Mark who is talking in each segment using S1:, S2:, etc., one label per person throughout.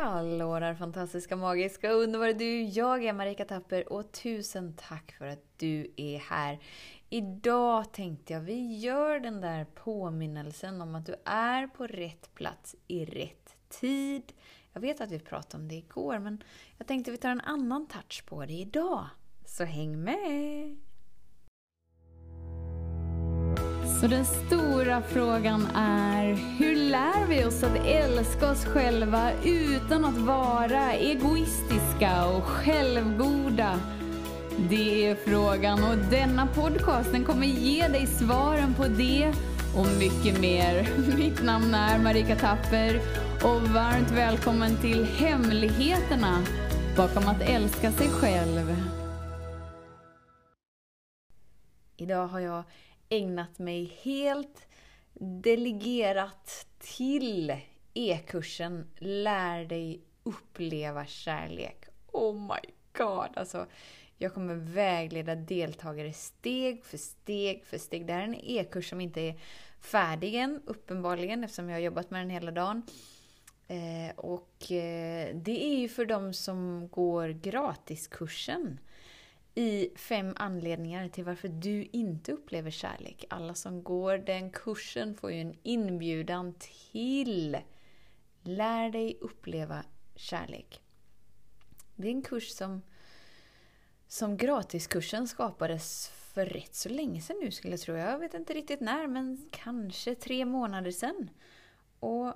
S1: Hallå där fantastiska, magiska, underbara du. Jag är Marika Tapper och tusen tack för att du är här. Idag tänkte jag vi gör den där påminnelsen om att du är på rätt plats i rätt tid. Jag vet att vi pratade om det igår, men jag tänkte vi tar en annan touch på det idag. Så häng med! Så den stora frågan är, hur lär vi oss att älska oss själva utan att vara egoistiska och självgoda? Det är frågan, och denna podcasten kommer ge dig svaren på det och mycket mer. Mitt namn är Marika Tapper och varmt välkommen till hemligheterna bakom att älska sig själv. Idag har jag ägnat mig helt delegerat till e-kursen Lär dig uppleva kärlek. Oh my god, alltså jag kommer vägleda deltagare steg för steg för steg. Det här är en e-kurs som inte är färdig än, uppenbarligen, eftersom jag har jobbat med den hela dagen. Det är ju för de som går gratiskursen i 5 anledningar till varför du inte upplever kärlek. Alla som går den kursen får ju en inbjudan till Lär dig uppleva kärlek. Det är en kurs som gratiskursen skapades för rätt så länge sedan nu, skulle jag tro. Jag vet inte riktigt när, men kanske 3 månader sedan. Och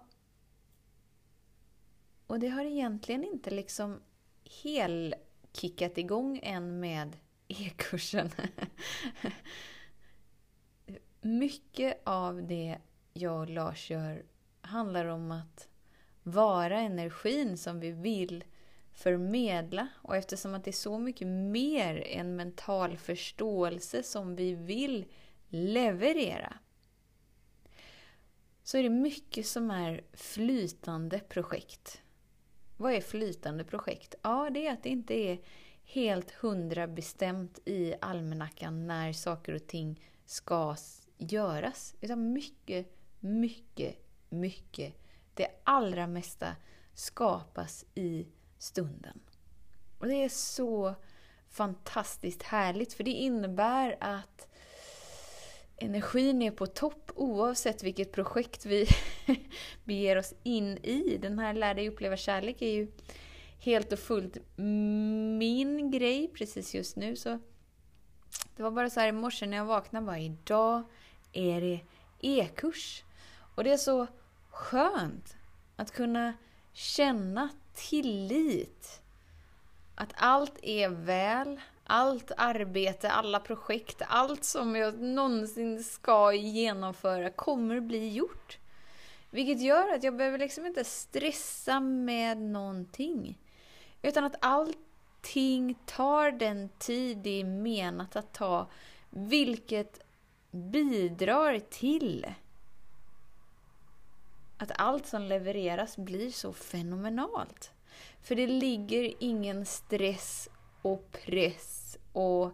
S1: det har egentligen inte liksom kickat igång än med e-kursen. Mycket av det jag och Lars gör handlar om att vara energin som vi vill förmedla. Och eftersom att det är så mycket mer än mental förståelse som vi vill leverera, så är det mycket som är flytande projekt. Vad är flytande projekt? Ja, det är att det inte är helt 100 bestämt i almanackan när saker och ting ska göras. Utan mycket, det allra mesta skapas i stunden. Och det är så fantastiskt härligt, för det innebär att energin är på topp oavsett vilket projekt vi beger oss in i. Den här Lär dig uppleva kärlek är ju helt och fullt min grej precis just nu. Så det var bara så här i morse när jag vaknade, bara idag är det e-kurs. Och det är så skönt att kunna känna tillit. Att allt är väl. Allt arbete, alla projekt, allt som jag någonsin ska genomföra kommer bli gjort. Vilket gör att jag behöver liksom inte stressa med någonting. Utan att allting tar den tid det är menat att ta. Vilket bidrar till att allt som levereras blir så fenomenalt. För det ligger ingen stress och press och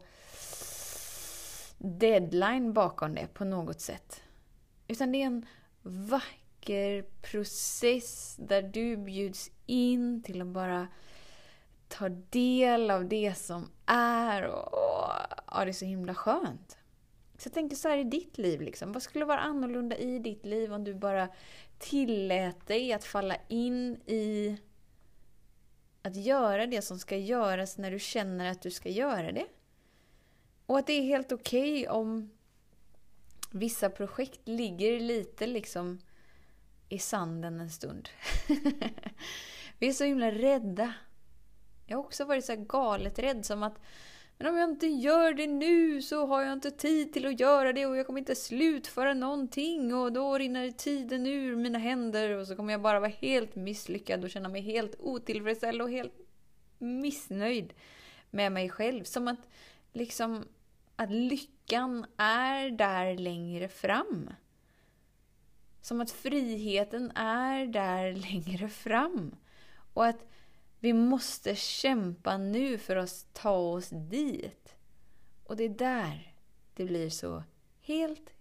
S1: deadline bakom det på något sätt. Utan det är en vacker process där du bjuds in till att bara ta del av det som är. Och det är så himla skönt. Så jag tänker så här i ditt liv. Liksom. Vad skulle vara annorlunda i ditt liv om du bara tillät dig att falla in i att göra det som ska göras när du känner att du ska göra det. Och att det är helt okej om vissa projekt ligger lite liksom i sanden en stund. Vi är så himla rädda. Jag har också varit så här galet rädd, som att men om jag inte gör det nu så har jag inte tid till att göra det och jag kommer inte slutföra någonting och då rinner tiden ur mina händer och så kommer jag bara vara helt misslyckad och känna mig helt otillfredsställd och helt missnöjd med mig själv. Som att liksom att lyckan är där längre fram. Som att friheten är där längre fram. Och att vi måste kämpa nu för att ta oss dit. Och det är där det blir så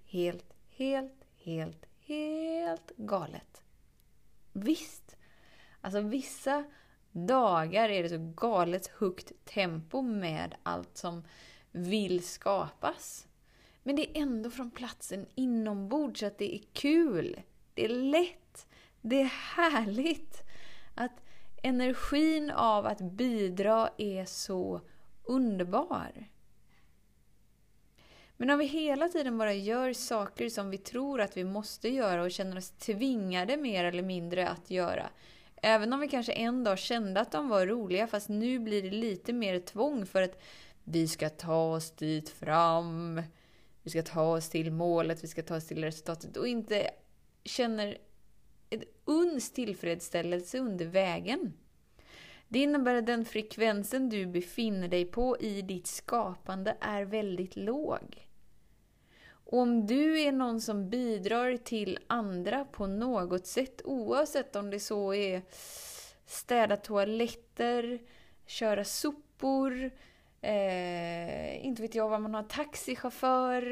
S1: helt galet. Visst, Alltså vissa dagar är det så galet högt tempo med allt som vill skapas. Men det är ändå från platsen inombords så att det är kul. Det är lätt. Det är härligt. Att energin av att bidra är så underbar. Men om vi hela tiden bara gör saker som vi tror att vi måste göra och känner oss tvingade mer eller mindre att göra. Även om vi kanske en dag kände att de var roliga, fast nu blir det lite mer tvång för att vi ska ta oss dit fram. Vi ska ta oss till målet, vi ska ta oss till resultatet och inte känner ett uns tillfredsställelse under vägen. Det innebär att den frekvensen du befinner dig på i ditt skapande är väldigt låg. Och om du är någon som bidrar till andra på något sätt, oavsett om det så är städa toaletter, köra sopor, inte vet jag vad man har, taxichaufför,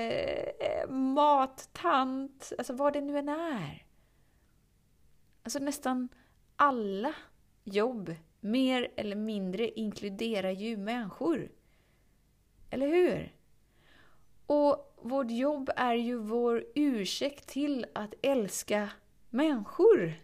S1: mattant, alltså vad det nu än är. Alltså nästan alla jobb mer eller mindre inkluderar ju människor. Eller hur? Och vårt jobb är ju vår ursäkt till att älska människor.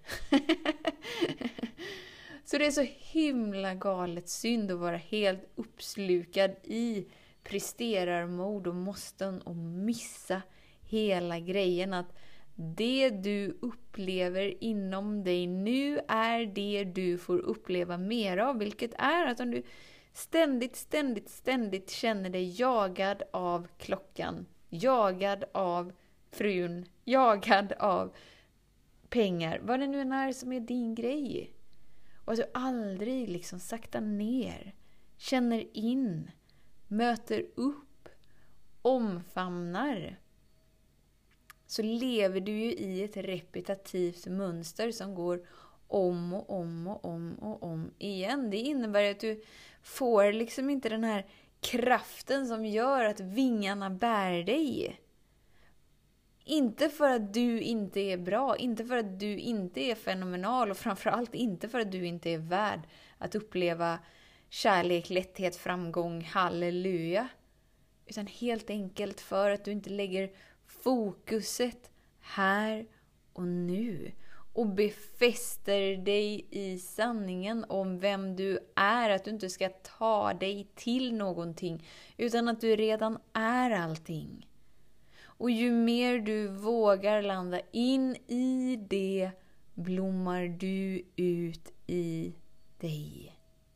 S1: Så det är så himla galet synd att vara helt uppslukad i presterarmod och måsten och missa hela grejen. Att det du upplever inom dig nu är det du får uppleva mer av. Vilket är att om du ständigt känner dig jagad av klockan, jagad av frun, jagad av pengar, vad det nu än är som är din grej. Och att du aldrig liksom saktar ner, känner in, möter upp, omfamnar. Så lever du ju i ett repetitivt mönster som går om och om igen. Det innebär att du får liksom inte den här kraften som gör att vingarna bär dig. Inte för att du inte är bra, inte för att du inte är fenomenal och framförallt inte för att du inte är värd att uppleva kärlek, lätthet, framgång, halleluja. Utan helt enkelt för att du inte lägger fokuset här och nu och befäster dig i sanningen om vem du är, att du inte ska ta dig till någonting utan att du redan är allting. Och ju mer du vågar landa in i det, blommar du ut i dig.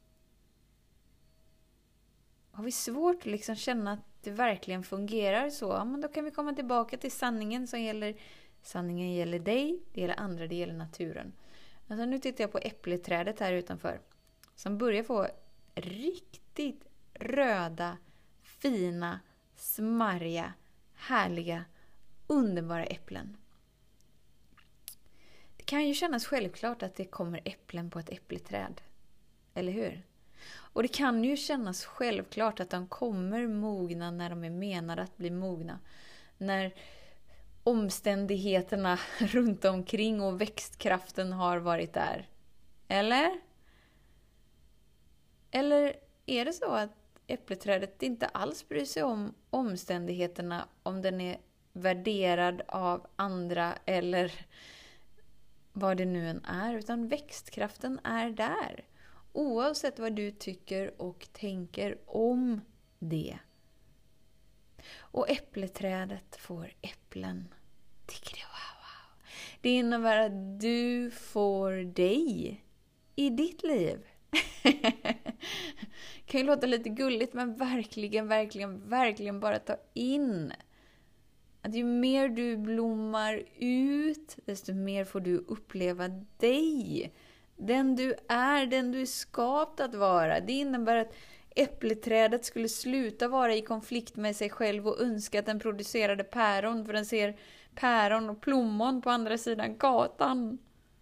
S1: Har vi svårt att liksom känna att det verkligen fungerar så, ja, men då kan vi komma tillbaka till sanningen som gäller. Sanningen gäller dig, det gäller andra, det gäller naturen. Alltså nu tittar jag på äppleträdet här utanför. Som börjar få riktigt röda, fina, smarriga, härliga, underbara äpplen. Det kan ju kännas självklart att det kommer äpplen på ett äppleträd. Eller hur? Och det kan ju kännas självklart att de kommer mogna när de är menade att bli mogna. När omständigheterna runt omkring och växtkraften har varit där. Eller? Eller är det så att äppleträdet inte alls bryr sig om omständigheterna om den är värderad av andra eller vad det nu än är, utan växtkraften är där. Oavsett vad du tycker och tänker om det. Och äppleträdet får äpplen. Tycker det wow. Det innebär att du får dig i ditt liv. Kan ju låta lite gulligt, men verkligen bara ta in. Att ju mer du blommar ut, desto mer får du uppleva dig. Den du är skapt att vara. Det innebär att äppleträdet skulle sluta vara i konflikt med sig själv och önska att den producerade päron, för den ser päron och plommon på andra sidan gatan.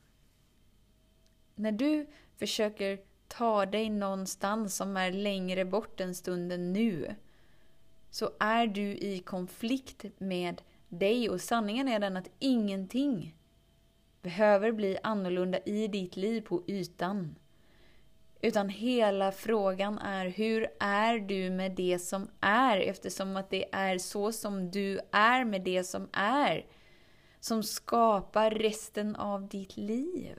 S1: När du försöker ta dig någonstans som är längre bort en stund än nu, så är du i konflikt med dig, och sanningen är den att ingenting behöver bli annorlunda i ditt liv på ytan. Utan hela frågan är, hur är du med det som är? Eftersom att det är så som du är med det som är, som skapar resten av ditt liv.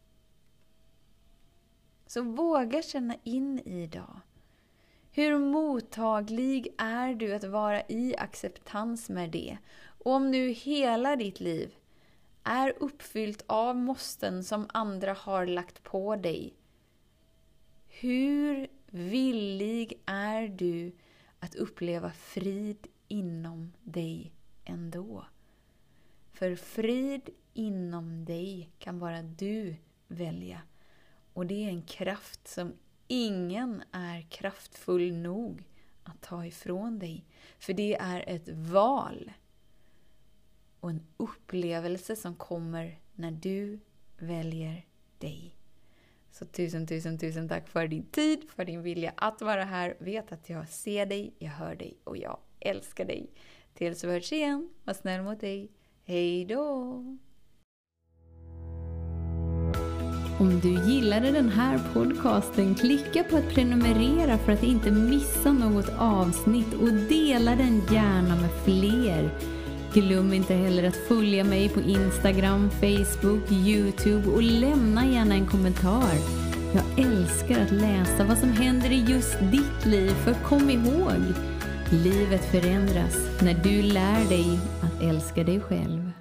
S1: Så våga känna in idag. Hur mottaglig är du att vara i acceptans med det? Och om nu hela ditt liv är uppfyllt av måsten som andra har lagt på dig, hur villig är du att uppleva frid inom dig ändå? För frid inom dig kan bara du välja. Och det är en kraft som ingen är kraftfull nog att ta ifrån dig. För det är ett val och en upplevelse som kommer när du väljer dig. Så tusen tack för din tid, för din vilja att vara här. Vet att jag ser dig, jag hör dig och jag älskar dig. Tills vi hörs igen, var snäll mot dig. Hej då!
S2: Om du gillade den här podcasten, klicka på att prenumerera för att inte missa något avsnitt och dela den gärna med fler. Glöm inte heller att följa mig på Instagram, Facebook, YouTube och lämna gärna en kommentar. Jag älskar att läsa vad som händer i just ditt liv, för kom ihåg, livet förändras när du lär dig att älska dig själv.